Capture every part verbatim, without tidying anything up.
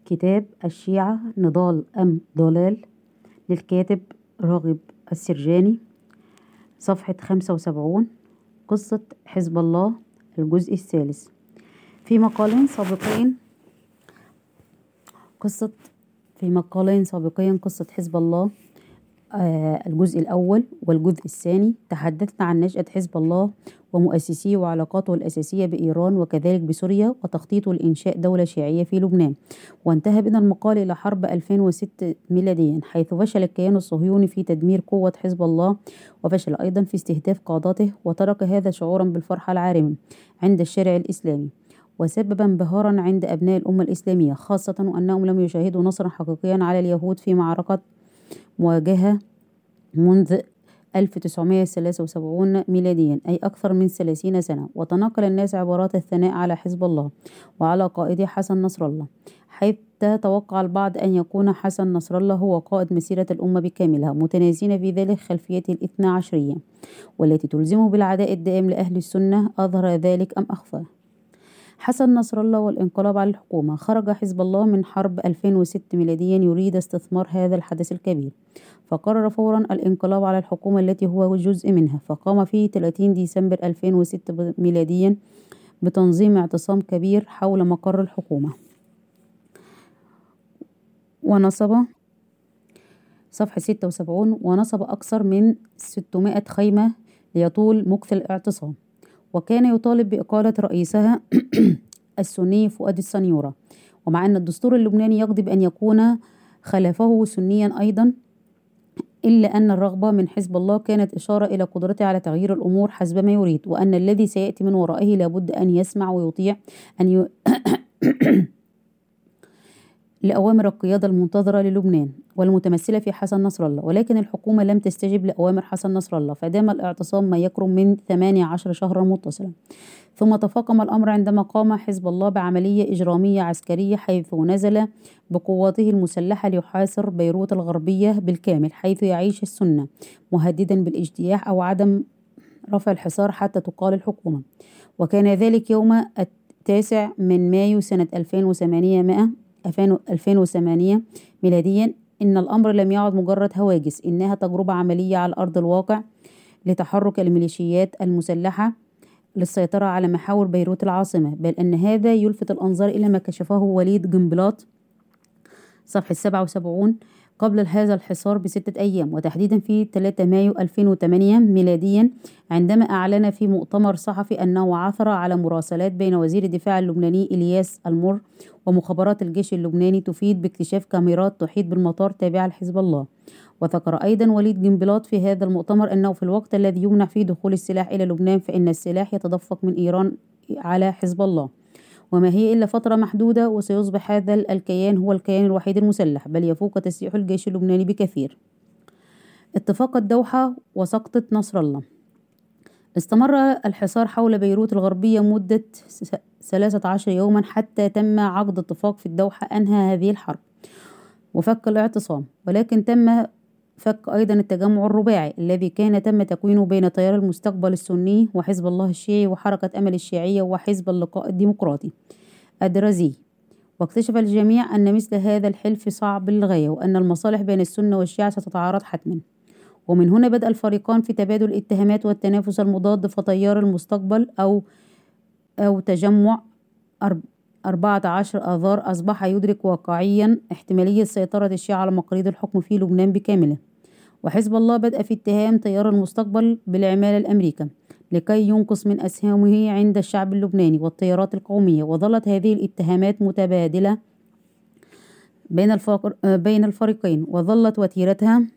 كتاب الشيعة نضال أم ضلال للكاتب راغب السرجاني، صفحة خمسة وسبعون. قصة حزب الله، الجزء الثالث. في مقالين سابقين قصة في مقالين سابقين قصة حزب الله، آه الجزء الأول والجزء الثاني. تحدثنا عن نشأة حزب الله ومؤسسيه وعلاقاته الأساسية بإيران وكذلك بسوريا وتخطيطه لإنشاء دولة شيعية في لبنان. وانتهى بنا المقال إلى حرب ألفين وستة ميلاديا، حيث فشل الكيان الصهيوني في تدمير قوة حزب الله، وفشل أيضا في استهداف قادته، وترك هذا شعورا بالفرحة العارمة عند الشارع الإسلامي، وسبب انبهارا عند أبناء الأمة الإسلامية، خاصة أنهم لم يشاهدوا نصرا حقيقيا على اليهود في معركة مواجهة منذ ألف وتسعمائة وثلاثة وسبعين ميلاديا، أي أكثر من ثلاثين سنة. وتناقل الناس عبارات الثناء على حزب الله وعلى قائده حسن نصر الله، حيث توقع البعض أن يكون حسن نصر الله هو قائد مسيرة الأمة بكاملها، متنازين في ذلك خلفيته الاثنى عشرية والتي تلزمه بالعداء الدائم لأهل السنة. أظهر ذلك أم أخفاه؟ حسن نصر الله والانقلاب على الحكومة. خرج حزب الله من حرب ألفين وستة ميلاديا يريد استثمار هذا الحدث الكبير، فقرر فورا الانقلاب على الحكومة التي هو جزء منها، فقام في ثلاثين ديسمبر ألفين وستة ميلاديا بتنظيم اعتصام كبير حول مقر الحكومة، ونصب صفحة ستة وسبعين ونصب أكثر من ستمائة خيمة ليطول مكث الاعتصام، وكان يطالب بإقالة رئيسها السني فؤاد السنيورة. ومع أن الدستور اللبناني يقضي بأن يكون خلفه سنيا أيضا، إلا أن الرغبة من حزب الله كانت إشارة إلى قدرته على تغيير الأمور حسب ما يريد، وأن الذي سيأتي من ورائه لابد أن يسمع ويطيع أن ي... لأوامر القيادة المنتظرة للبنان والمتمثلة في حسن نصر الله. ولكن الحكومة لم تستجب لأوامر حسن نصر الله، فدام الاعتصام ما يقرب من ثمانية عشر شهرا متصلا. ثم تفاقم الأمر عندما قام حزب الله بعملية إجرامية عسكرية، حيث نزل بقواته المسلحة ليحاصر بيروت الغربية بالكامل، حيث يعيش السنة، مهددا بالاجتياح أو عدم رفع الحصار حتى تقال الحكومة. وكان ذلك يوم التاسع من مايو سنة ألفين وثمانية ميلاديا. إن الأمر لم يعد مجرد هواجس، إنها تجربة عملية على أرض الواقع لتحرك الميليشيات المسلحة للسيطرة على محاور بيروت العاصمة، بل أن هذا يلفت الأنظار إلى ما كشفه وليد جنبلاط، صفحة سبعة وسبعين، قبل هذا الحصار بستة أيام، وتحديدا في ثلاثة مايو ألفين وثمانية ميلاديا، عندما أعلن في مؤتمر صحفي أنه عثر على مراسلات بين وزير الدفاع اللبناني إلياس المر ومخابرات الجيش اللبناني تفيد باكتشاف كاميرات تحيط بالمطار تابعة لحزب الله. وذكر أيضا وليد جنبلاط في هذا المؤتمر أنه في الوقت الذي يمنع فيه دخول السلاح إلى لبنان، فإن السلاح يتدفق من إيران على حزب الله، وما هي إلا فترة محدودة وسيصبح هذا الكيان هو الكيان الوحيد المسلح، بل يفوق تسليح الجيش اللبناني بكثير. اتفاق الدوحة وسقطة نصر الله. استمر الحصار حول بيروت الغربية مدة ثلاثة عشر يوما حتى تم عقد اتفاق في الدوحة أنهى هذه الحرب وفك الاعتصام، ولكن تم فك أيضا التجمع الرباعي الذي كان تم تكوينه بين تيار المستقبل السني وحزب الله الشيعي وحركة أمل الشيعية وحزب اللقاء الديمقراطي الدرزي. واكتشف الجميع أن مثل هذا الحلف صعب للغاية، وأن المصالح بين السنة والشيعة ستتعارض حتما. ومن هنا بدأ الفريقان في تبادل الاتهامات والتنافس المضاد، فتيار المستقبل أو أو تجمع أربعة عشر آذار أصبح يدرك واقعيا احتمالية سيطرة الشيعة على مقاليد الحكم في لبنان بكامله، وحزب الله بدأ في اتهام تيار المستقبل بالعمالة الأمريكا لكي ينقص من أسهامه عند الشعب اللبناني والتيارات القومية. وظلت هذه الاتهامات متبادلة بين الفقر بين الفريقين، وظلت وتيرتها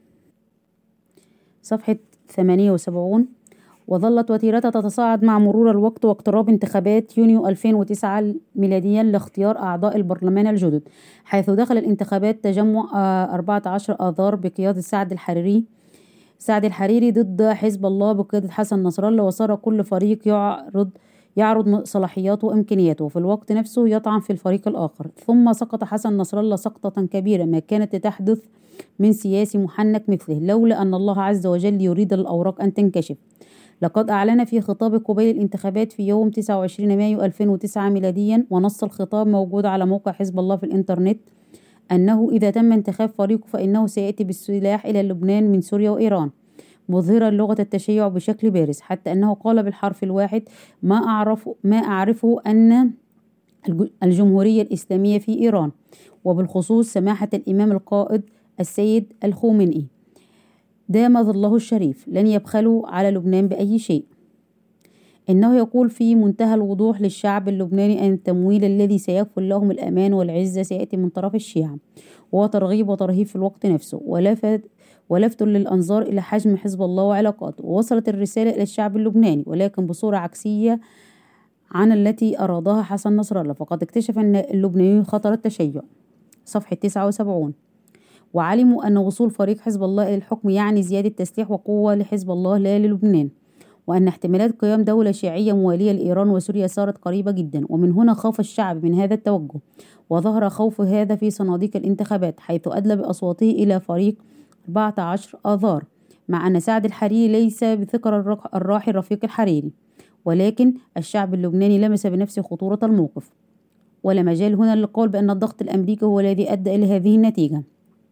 صفحة ثمانية وسبعين وظلت وتيرتها تتصاعد مع مرور الوقت واقتراب انتخابات يونيو ألفين وتسعة ميلاديا لاختيار أعضاء البرلمان الجدد، حيث دخل الانتخابات تجمع أربعة عشر آذار بقيادة سعد الحريري سعد الحريري ضد حزب الله بقيادة حسن نصر الله، وصار كل فريق يعرض يعرض صلاحياته وإمكانياته وفي الوقت نفسه يطعن في الفريق الآخر. ثم سقط حسن نصر الله سقطة كبيرة ما كانت تحدث من سياسي محنك مثله، لولا أن الله عز وجل يريد الأوراق أن تنكشف، لقد أعلن في خطاب قبيل الانتخابات في يوم تسعة وعشرين مايو ألفين وتسعة ميلاديا، ونص الخطاب موجود على موقع حزب الله في الإنترنت، أنه إذا تم انتخاب فريقه فإنه سيأتي بالسلاح إلى لبنان من سوريا وإيران، مظهرا لغة التشيع بشكل بارز، حتى أنه قال بالحرف الواحد: ما أعرف ما أعرفه أن الجمهورية الإسلامية في إيران، وبالخصوص سماحة الإمام القائد السيد الخامنئي دام ظله الشريف لن يبخلوا على لبنان بأي شيء. إنه يقول في منتهى الوضوح للشعب اللبناني أن التمويل الذي سيكفل لهم الأمان والعزة سيأتي من طرف الشيعة، وهو ترغيب وترهيب في الوقت نفسه، ولفت ولفت للأنظار إلى حجم حزب الله وعلاقاته. ووصلت الرسالة إلى الشعب اللبناني ولكن بصورة عكسية عن التي أرادها حسن نصر الله، فقد اكتشف أن اللبنانيون خطر التشيع. صفحة تسعة وسبعين. وعلموا أن وصول فريق حزب الله إلى الحكم يعني زيادة تسليح وقوة لحزب الله لا للبنان، وأن احتمالات قيام دولة شيعية موالية لإيران وسوريا صارت قريبة جدا. ومن هنا خاف الشعب من هذا التوجه، وظهر خوف هذا في صناديق الانتخابات، حيث أدلى بأصواته إلى فريق أربعة عشر آذار، مع أن سعد الحريري ليس بثقل الراحل رفيق الحريري. ولكن الشعب اللبناني لمس بنفسه خطورة الموقف، ولا مجال هنا للقول بأن الضغط الأمريكي هو الذي أدى إلى هذه النتيجة،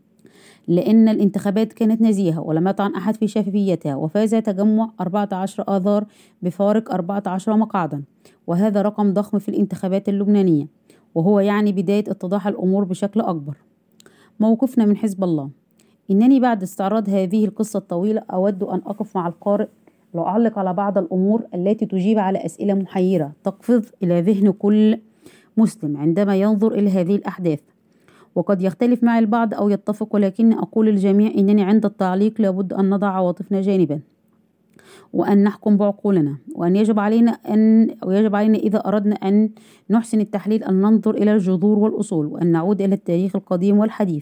لأن الانتخابات كانت نزيهة ولم يطعن أحد في شفافيتها، وفاز تجمع أربعة عشر آذار بفارق أربعة عشر مقعدا، وهذا رقم ضخم في الانتخابات اللبنانية، وهو يعني بداية اتضاح الأمور بشكل أكبر. موقفنا من حزب الله. إنني بعد استعراض هذه القصة الطويلة أود أن أقف مع القارئ لأعلق على بعض الأمور التي تجيب على أسئلة محيرة تقفز إلى ذهن كل مسلم عندما ينظر إلى هذه الأحداث. وقد يختلف معي البعض أو يتفق، ولكن أقول للجميع إنني عند التعليق لابد أن نضع عواطفنا جانبا، وأن نحكم بعقولنا، وأن يجب علينا أن أو يجب علينا إذا أردنا أن نحسن التحليل أن ننظر إلى الجذور والأصول، وأن نعود إلى التاريخ القديم والحديث،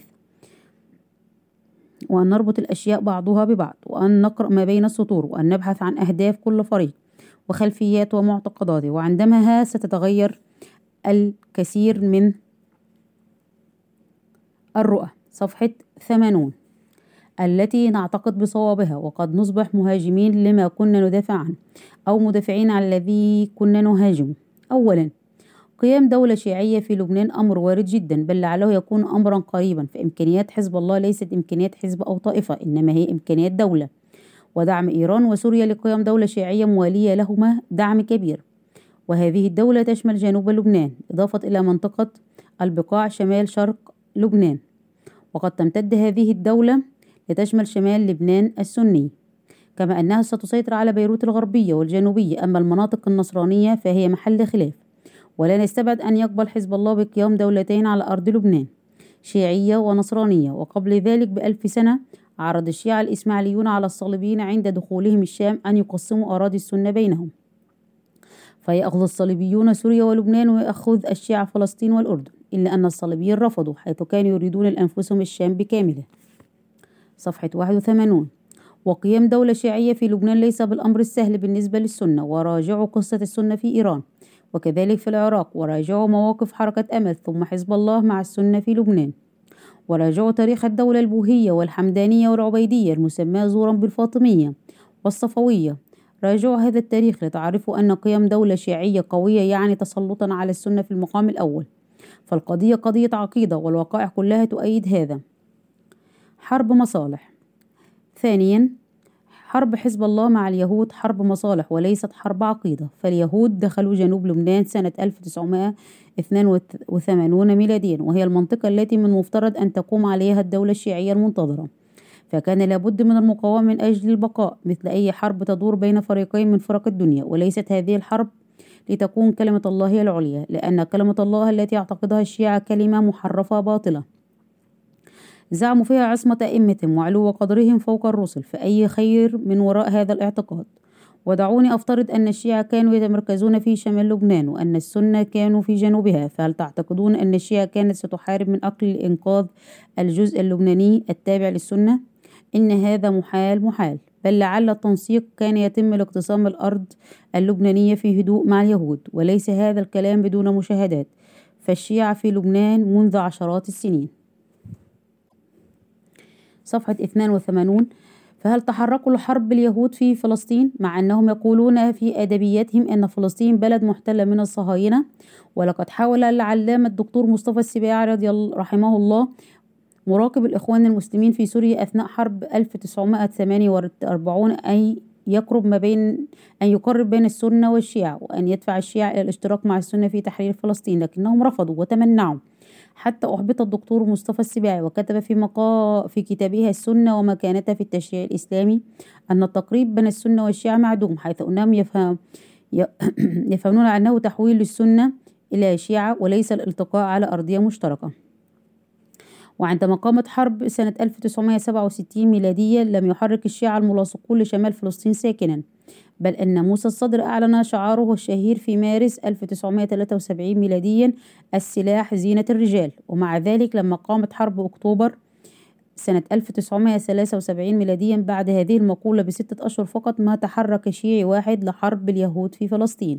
وأن نربط الأشياء بعضها ببعض، وأن نقرأ ما بين السطور، وأن نبحث عن أهداف كل فريق وخلفيات ومعتقداته، وعندما ستتغير الكثير من الرؤى. صفحة ثمانون. التي نعتقد بصوابها، وقد نصبح مهاجمين لما كنا ندافع عنه، أو مدافعين عن الذي كنا نهاجمه. أولا، قيام دولة شيعية في لبنان أمر وارد جدا، بل لعله يكون أمرا قريبا، فإمكانيات حزب الله ليست إمكانيات حزب أو طائفة، إنما هي إمكانيات دولة. ودعم إيران وسوريا لقيام دولة شيعية موالية لهما دعم كبير، وهذه الدولة تشمل جنوب لبنان إضافة إلى منطقة البقاع شمال شرق لبنان، وقد تمتد هذه الدولة لتشمل شمال لبنان السني، كما أنها ستسيطر على بيروت الغربية والجنوبية. أما المناطق النصرانية فهي محل خلاف، ولا نستبعد أن يقبل حزب الله بقيام دولتين على أرض لبنان، شيعية ونصرانية. وقبل ذلك بألف سنة عرض الشيعة الإسماعيليون على الصليبيين عند دخولهم الشام أن يقسموا أراضي السنة بينهم، فيأخذ الصليبيون سوريا ولبنان، ويأخذ الشيعة فلسطين والأردن، إلا أن الصليبيين رفضوا، حيث كانوا يريدون لأنفسهم الشام بكامله. صفحة واحد وثمانين. وقيام دولة شيعية في لبنان ليس بالأمر السهل بالنسبة للسنة، وراجعوا قصة السنة في إيران، وكذلك في العراق، وراجعوا مواقف حركة أمل ثم حزب الله مع السنة في لبنان، وراجعوا تاريخ الدولة البوهية والحمدانية والعبيدية المسماة زورا بالفاطمية والصفوية. راجعوا هذا التاريخ لتعرفوا أن قيام دولة شيعية قوية يعني تسلطا على السنة في المقام الأول، فالقضية قضية عقيدة، والوقائع كلها تؤيد هذا. حرب مصالح. ثانيا، حرب حزب الله مع اليهود حرب مصالح وليست حرب عقيدة، فاليهود دخلوا جنوب لبنان سنة ألف وتسعمائة واثنين وثمانين ميلاديا، وهي المنطقة التي من المفترض أن تقوم عليها الدولة الشيعية المنتظرة، فكان لابد من المقاومة من أجل البقاء، مثل أي حرب تدور بين فريقين من فرق الدنيا. وليست هذه الحرب لتكون كلمة الله هي العليا، لأن كلمة الله التي يعتقدها الشيعة كلمة محرفة باطلة زعموا فيها عصمة أئمتهم وعلو قدرهم فوق الرسل، فأي خير من وراء هذا الاعتقاد؟ ودعوني أفترض أن الشيعة كانوا يتمركزون في شمال لبنان وأن السنة كانوا في جنوبها، فهل تعتقدون أن الشيعة كانت ستحارب من أجل إنقاذ الجزء اللبناني التابع للسنة؟ إن هذا محال محال، بل لعل التنسيق كان يتم لاقتسام الأرض اللبنانية في هدوء مع اليهود، وليس هذا الكلام بدون مشاهدات، فالشيعة في لبنان منذ عشرات السنين. صفحة اثنين وثمانين. فهل تحركوا لحرب اليهود في فلسطين مع أنهم يقولون في أدبياتهم أن فلسطين بلد محتلة من الصهاينة؟ ولقد حاول العلامة الدكتور مصطفى السباعي رضي الله رحمه الله مراقب الإخوان المسلمين في سوريا أثناء حرب ألف وتسعمائة وثمانية وأربعين أن يقرب ما بين أن يقرب بين السنة والشيعة وأن يدفع الشيعة إلى الاشتراك مع السنة في تحرير فلسطين، لكنهم رفضوا وتمنعوا حتى أحبط الدكتور مصطفى السباعي، وكتب في مقا في كتابه السنة ومكانتها في التشريع الإسلامي أن التقريب بين السنة والشيعة معدوم، حيث أنهم يفهم يفهمون أنه تحويل السنة إلى شيعة وليس الالتقاء على أرضية مشتركة. وعندما قامت حرب سنة ألف وتسعمائة وسبعة وستين ميلادية لم يحرك الشيعة الملاصقون لشمال فلسطين ساكنا، بل أن موسى الصدر أعلن شعاره الشهير في مارس ألف وتسعمائة وثلاثة وسبعين ميلاديا: السلاح زينة الرجال. ومع ذلك لما قامت حرب أكتوبر سنة ألف وتسعمائة وثلاثة وسبعين ميلاديا بعد هذه المقولة بستة أشهر فقط ما تحرك شيعي واحد لحرب اليهود في فلسطين.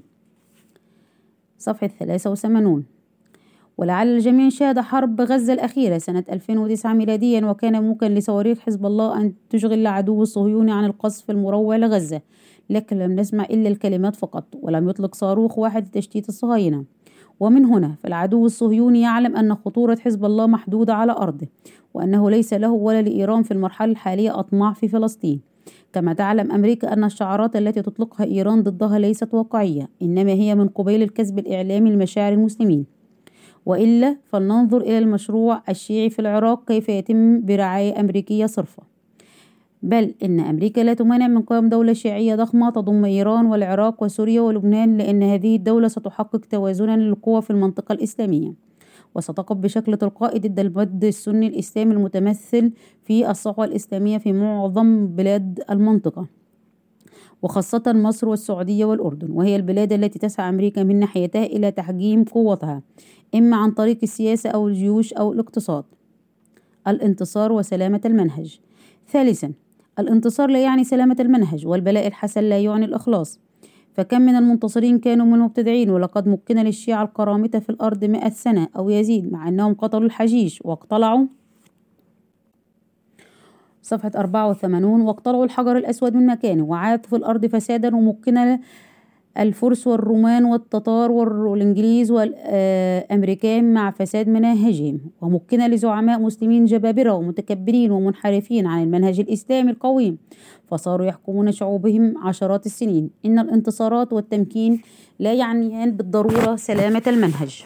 صفحة ثلاثة وثمانين. ولعل الجميع شاهد حرب غزة الأخيرة سنة ألفين وتسعة ميلاديا، وكان ممكن لصواريخ حزب الله أن تشغل العدو الصهيوني عن القصف المروع لغزة، لكن لم نسمع إلا الكلمات فقط، ولم يطلق صاروخ واحد لتشتيت الصهاينة. ومن هنا فالعدو الصهيوني يعلم أن خطورة حزب الله محدودة على أرضه، وأنه ليس له ولا لإيران في المرحلة الحالية أطماع في فلسطين. كما تعلم أمريكا أن الشعارات التي تطلقها إيران ضدها ليست واقعية، إنما هي من قبيل الكسب الإعلامي لمشاعر المسلمين. وإلا فلننظر إلى المشروع الشيعي في العراق كيف يتم برعاية أمريكية صرفة، بل إن أمريكا لا تمانع من قيام دولة شيعية ضخمة تضم إيران والعراق وسوريا ولبنان، لأن هذه الدولة ستحقق توازنا للقوى في المنطقة الإسلامية، وستقف بشكل تلقائي ضد المد السني الإسلامي المتمثل في الصحوة الإسلامية في معظم بلاد المنطقة، وخاصة مصر والسعودية والأردن، وهي البلاد التي تسعى أمريكا من ناحيتها إلى تحجيم قوتها إما عن طريق السياسة أو الجيوش أو الاقتصاد. الانتصار وسلامة المنهج. ثالثا، الانتصار لا يعني سلامة المنهج، والبلاء الحسن لا يعني الإخلاص، فكم من المنتصرين كانوا من المبتدعين، ولقد مكن للشيعة القرامطة في الأرض مئة سنة أو يزيد مع أنهم قتلوا الحجيج واقتلعوا صفحة أربعة وثمانين واقتلعوا الحجر الأسود من مكانه، وعاثوا في الأرض فسادا، ومكن الفرس والرومان والتتار والإنجليز والأمريكان مع فساد مناهجهم، ومكن لزعماء مسلمين جبابرة ومتكبرين ومنحرفين عن المنهج الإسلامي القويم، فصاروا يحكمون شعوبهم عشرات السنين. إن الانتصارات والتمكين لا يعنيان بالضرورة سلامة المنهج،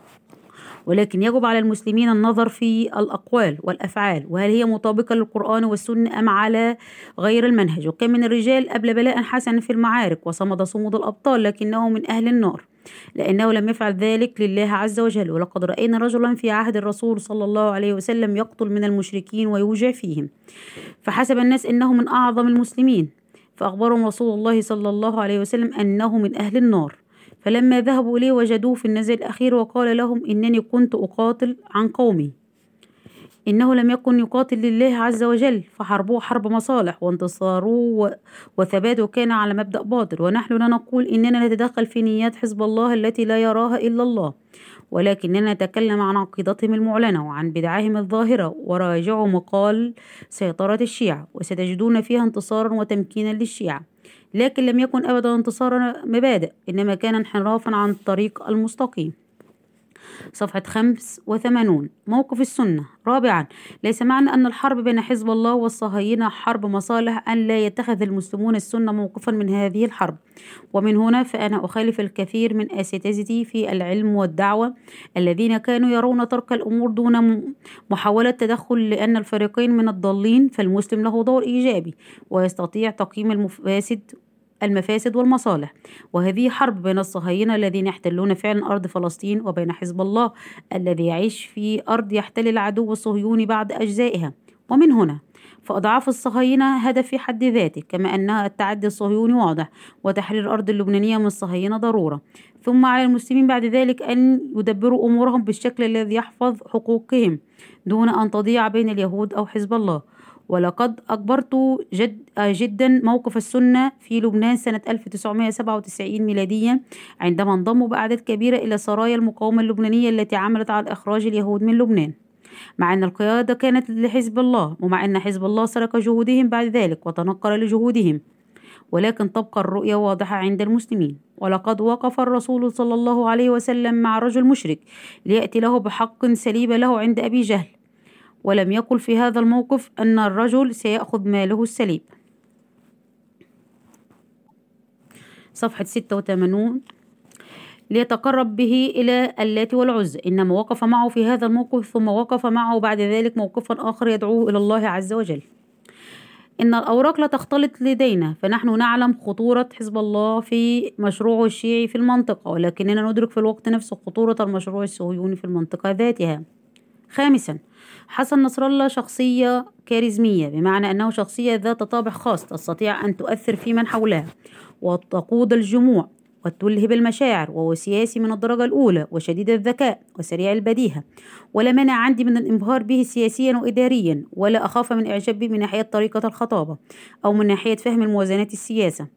ولكن يجب على المسلمين النظر في الأقوال والأفعال، وهل هي مطابقة للقرآن والسنة أم على غير المنهج. وكم من الرجال أبلى بلاء حسنا في المعارك وصمد صمود الأبطال، لكنه من أهل النار لأنه لم يفعل ذلك لله عز وجل. ولقد رأينا رجلا في عهد الرسول صلى الله عليه وسلم يقتل من المشركين ويوجع فيهم، فحسب الناس إنه من أعظم المسلمين، فأخبرهم رسول الله صلى الله عليه وسلم أنه من أهل النار. فلما ذهبوا إليه وجدوه في النزل الأخير، وقال لهم: إنني كنت أقاتل عن قومي، إنه لم يكن يقاتل لله عز وجل، فحربوه حرب مصالح، وانتصاره وثباته كان على مبدأ باطل. ونحن لا نقول إننا نتدخل في نيات حزب الله التي لا يراها إلا الله، ولكننا نتكلم عن عقيدتهم المعلنة وعن بدعهم الظاهرة. وراجعوا مقال سيطرة الشيعة وستجدون فيها انتصارا وتمكينا للشيعة، لكن لم يكن أبدا انتصار مبادئ، إنما كان انحرافا عن الطريق المستقيم. صفحة خمس وثمانون. موقف السنة. رابعا، ليس معنى أن الحرب بين حزب الله والصهاينة حرب مصالح أن لا يتخذ المسلمون السنة موقفا من هذه الحرب. ومن هنا فأنا أخالف الكثير من أساتذتي في العلم والدعوة الذين كانوا يرون ترك الأمور دون محاولة تدخل، لأن الفريقين من الضالين، فالمسلم له دور إيجابي ويستطيع تقييم المفاسد المفاسد والمصالح. وهذه حرب بين الصهاينة الذين يحتلون فعلا أرض فلسطين وبين حزب الله الذي يعيش في أرض يحتل العدو الصهيوني بعض أجزائها. ومن هنا فأضعاف الصهاينة هدف في حد ذاته، كما أن التعدي الصهيوني واضح، وتحرير الأرض اللبنانية من الصهاينة ضرورة. ثم على المسلمين بعد ذلك أن يدبروا أمورهم بالشكل الذي يحفظ حقوقهم دون أن تضيع بين اليهود أو حزب الله. ولقد أكبرت جد جدا موقف السنة في لبنان سنة ألف وتسعمائة وسبعة وتسعين ميلاديا، عندما انضموا بأعداد كبيرة إلى سرايا المقاومة اللبنانية التي عملت على إخراج اليهود من لبنان. مع أن القيادة كانت لحزب الله، ومع أن حزب الله سرق جهودهم بعد ذلك وتنكر لجهودهم، ولكن تبقى الرؤية واضحة عند المسلمين. ولقد وقف الرسول صلى الله عليه وسلم مع رجل مشرك ليأتي له بحق سليب له عند أبي جهل، ولم يقل في هذا الموقف أن الرجل سيأخذ ماله السليب. صفحة ستة وثمانون. ليتقرب به إلى اللات والعزى، إنما وقف معه في هذا الموقف ثم وقف معه بعد ذلك موقفا آخر يدعوه إلى الله عز وجل. إن الأوراق لا تختلط لدينا، فنحن نعلم خطورة حزب الله في مشروعه الشيعي في المنطقة، ولكننا ندرك في الوقت نفسه خطورة المشروع الصهيوني في المنطقة ذاتها. خامسا، حسن نصر الله شخصية كاريزمية، بمعنى أنه شخصية ذات طابع خاص تستطيع أن تؤثر في من حولها وتقود الجموع وتلهب المشاعر، وهو سياسي من الدرجة الأولى وشديد الذكاء وسريع البديهة، ولا مانع عندي من الانبهار به سياسيا وإداريا، ولا أخاف من إعجاب به من ناحية طريقة الخطابة أو من ناحية فهم الموازنات السياسة.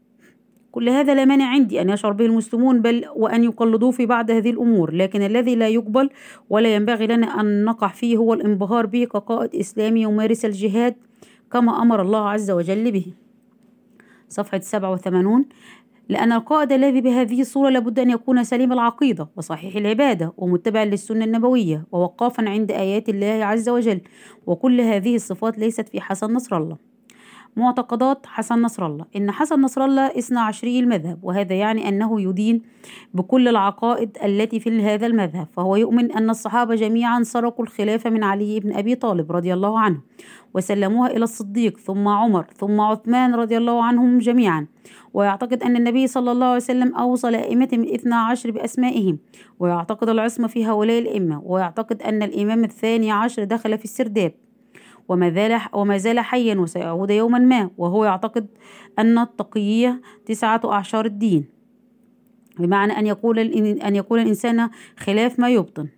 كل هذا لا مانع عندي أن يشعر به المسلمون بل وأن يقلدوه في بعض هذه الأمور، لكن الذي لا يقبل ولا ينبغي لنا أن نقع فيه هو الانبهار به كقائد إسلامي يمارس الجهاد كما أمر الله عز وجل به. صفحة سبعة وثمانون. لأن القائد الذي بهذه الصورة لابد أن يكون سليم العقيدة وصحيح العبادة ومتبع للسنة النبوية ووقافا عند آيات الله عز وجل، وكل هذه الصفات ليست في حسن نصر الله. معتقدات حسن نصر الله. إن حسن نصر الله إثنى عشري المذهب، وهذا يعني أنه يدين بكل العقائد التي في هذا المذهب، فهو يؤمن أن الصحابة جميعا سرقوا الخلافة من علي بن أبي طالب رضي الله عنه وسلموها إلى الصديق ثم عمر ثم عثمان رضي الله عنهم جميعا، ويعتقد أن النبي صلى الله عليه وسلم أوصى لأئمة من اثنا عشر بأسمائهم، ويعتقد العصمة في هؤلاء الأئمة، ويعتقد أن الإمام الثاني عشر دخل في السرداب وما زال وما زال حيا وسيعود يوما ما، وهو يعتقد أن التقية تسعة أعشار الدين، بمعنى أن يقول أن يكون الإنسان خلاف ما يبطن.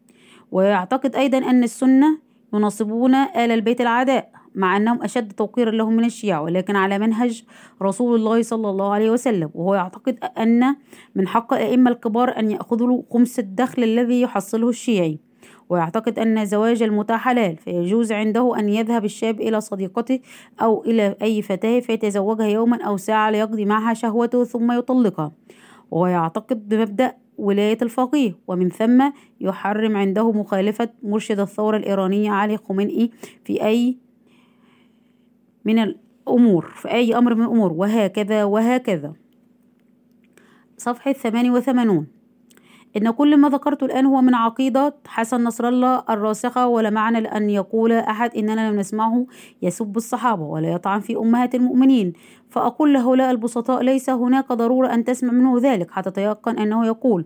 ويعتقد أيضا أن السنة ينصبون آل البيت العداء مع أنهم أشد توقيرا لهم من الشيعة، ولكن على منهج رسول الله صلى الله عليه وسلم. وهو يعتقد أن من حق الأئمة الكبار أن يأخذوا خمس الدخل الذي يحصله الشيعي، ويعتقد أن زواج المتعة حلال، فيجوز عنده أن يذهب الشاب إلى صديقته أو إلى أي فتاة فيتزوجها يوما أو ساعة ليقضي معها شهوته ثم يطلقها. ويعتقد بمبدأ ولاية الفقيه، ومن ثم يحرم عنده مخالفة مرشد الثورة الإيرانية علي خميني في أي من الأمور في أي أمر من الأمور، وهكذا وهكذا. صفحة ثمانية وثمانون. إن كل ما ذكرته الآن هو من عقيدة حسن نصر الله الراسخة، ولا معنى لأن يقول أحد إننا لم نسمعه يسب الصحابة ولا يطعن في أمهات المؤمنين، فأقول لهؤلاء البسطاء ليس هناك ضرورة أن تسمع منه ذلك حتى تيقن أنه يقول،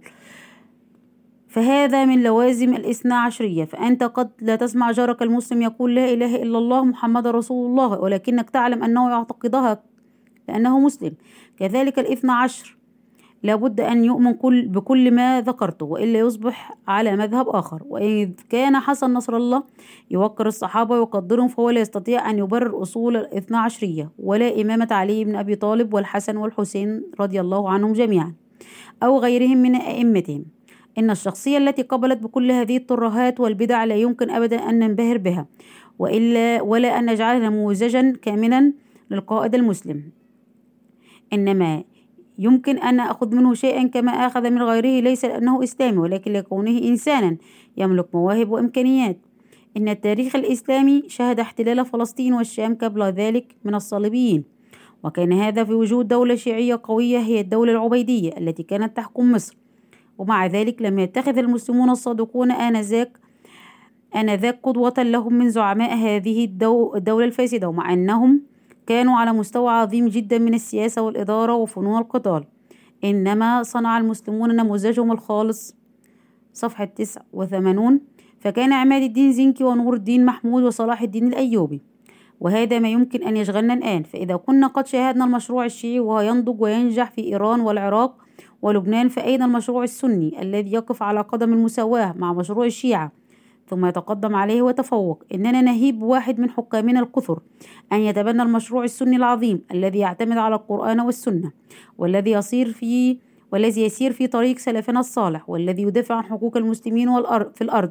فهذا من لوازم الاثنى عشرية. فأنت قد لا تسمع جارك المسلم يقول لا إله إلا الله محمد رسول الله، ولكنك تعلم أنه يعتقدها لأنه مسلم. كذلك الاثنى عشر لابد أن يؤمن كل بكل ما ذكرته، وإلا يصبح على مذهب آخر. وإذ كان حسن نصر الله يوقر الصحابة ويقدرهم، فهو لا يستطيع أن يبرر أصول الاثنى عشرية ولا إمامة علي بن أبي طالب والحسن والحسين رضي الله عنهم جميعا أو غيرهم من أئمتهم. إن الشخصية التي قبلت بكل هذه الترهات والبدع لا يمكن أبدا أن ننبهر بها، وإلا ولا أن نجعلها نموذجا كاملا للقائد المسلم، إنما يمكن أن أخذ منه شيئا كما أخذ من غيره، ليس لأنه إسلامي ولكن لكونه إنسانا يملك مواهب وإمكانيات. إن التاريخ الإسلامي شهد احتلال فلسطين والشام قبل ذلك من الصليبيين، وكان هذا في وجود دولة شيعية قوية هي الدولة العبيدية التي كانت تحكم مصر، ومع ذلك لم يتخذ المسلمون الصادقون آنذاك آنذاك قدوة لهم من زعماء هذه الدولة الفاسدة، ومع أنهم كانوا على مستوى عظيم جدا من السياسة والإدارة وفنون القتال، إنما صنع المسلمون نموذجهم الخالص. صفحة تسعة وثمانون. فكان عماد الدين زنكي ونور الدين محمود وصلاح الدين الأيوبي، وهذا ما يمكن أن يشغلنا الآن. فإذا كنا قد شاهدنا المشروع الشيعي وهو ينضج وينجح في إيران والعراق ولبنان، فأين المشروع السني الذي يقف على قدم المساواة مع مشروع الشيعة ثم يتقدم عليه ويتفوق؟ إننا نهيب واحد من حكامنا الكثر أن يتبنى المشروع السني العظيم الذي يعتمد على القرآن والسنة، والذي يصير في والذي يسير في طريق سلفنا الصالح، والذي يدافع عن حقوق المسلمين والأرض في الأرض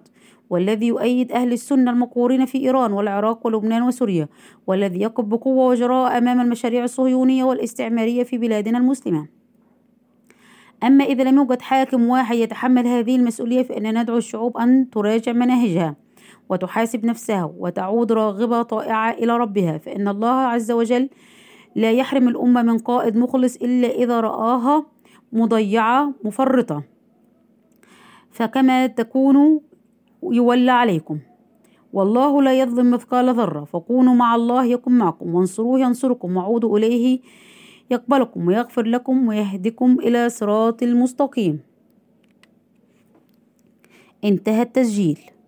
والذي يؤيد أهل السنة المقهورين في إيران والعراق ولبنان وسوريا، والذي يقف بقوة وجراءة أمام المشاريع الصهيونية والاستعمارية في بلادنا المسلمة. أما إذا لم يوجد حاكم واحد يتحمل هذه المسؤولية، فإننا ندعو الشعوب أن تراجع مناهجها وتحاسب نفسها وتعود راغبة طائعة إلى ربها، فإن الله عز وجل لا يحرم الأمة من قائد مخلص إلا إذا رآها مضيعة مفرطة، فكما تكونوا يولى عليكم. والله لا يظلم مثقال ذرة، فكونوا مع الله يكن معكم، وانصروه ينصركم، وعودوا إليه يقبلكم ويغفر لكم ويهدكم إلى صراط المستقيم. انتهى التسجيل.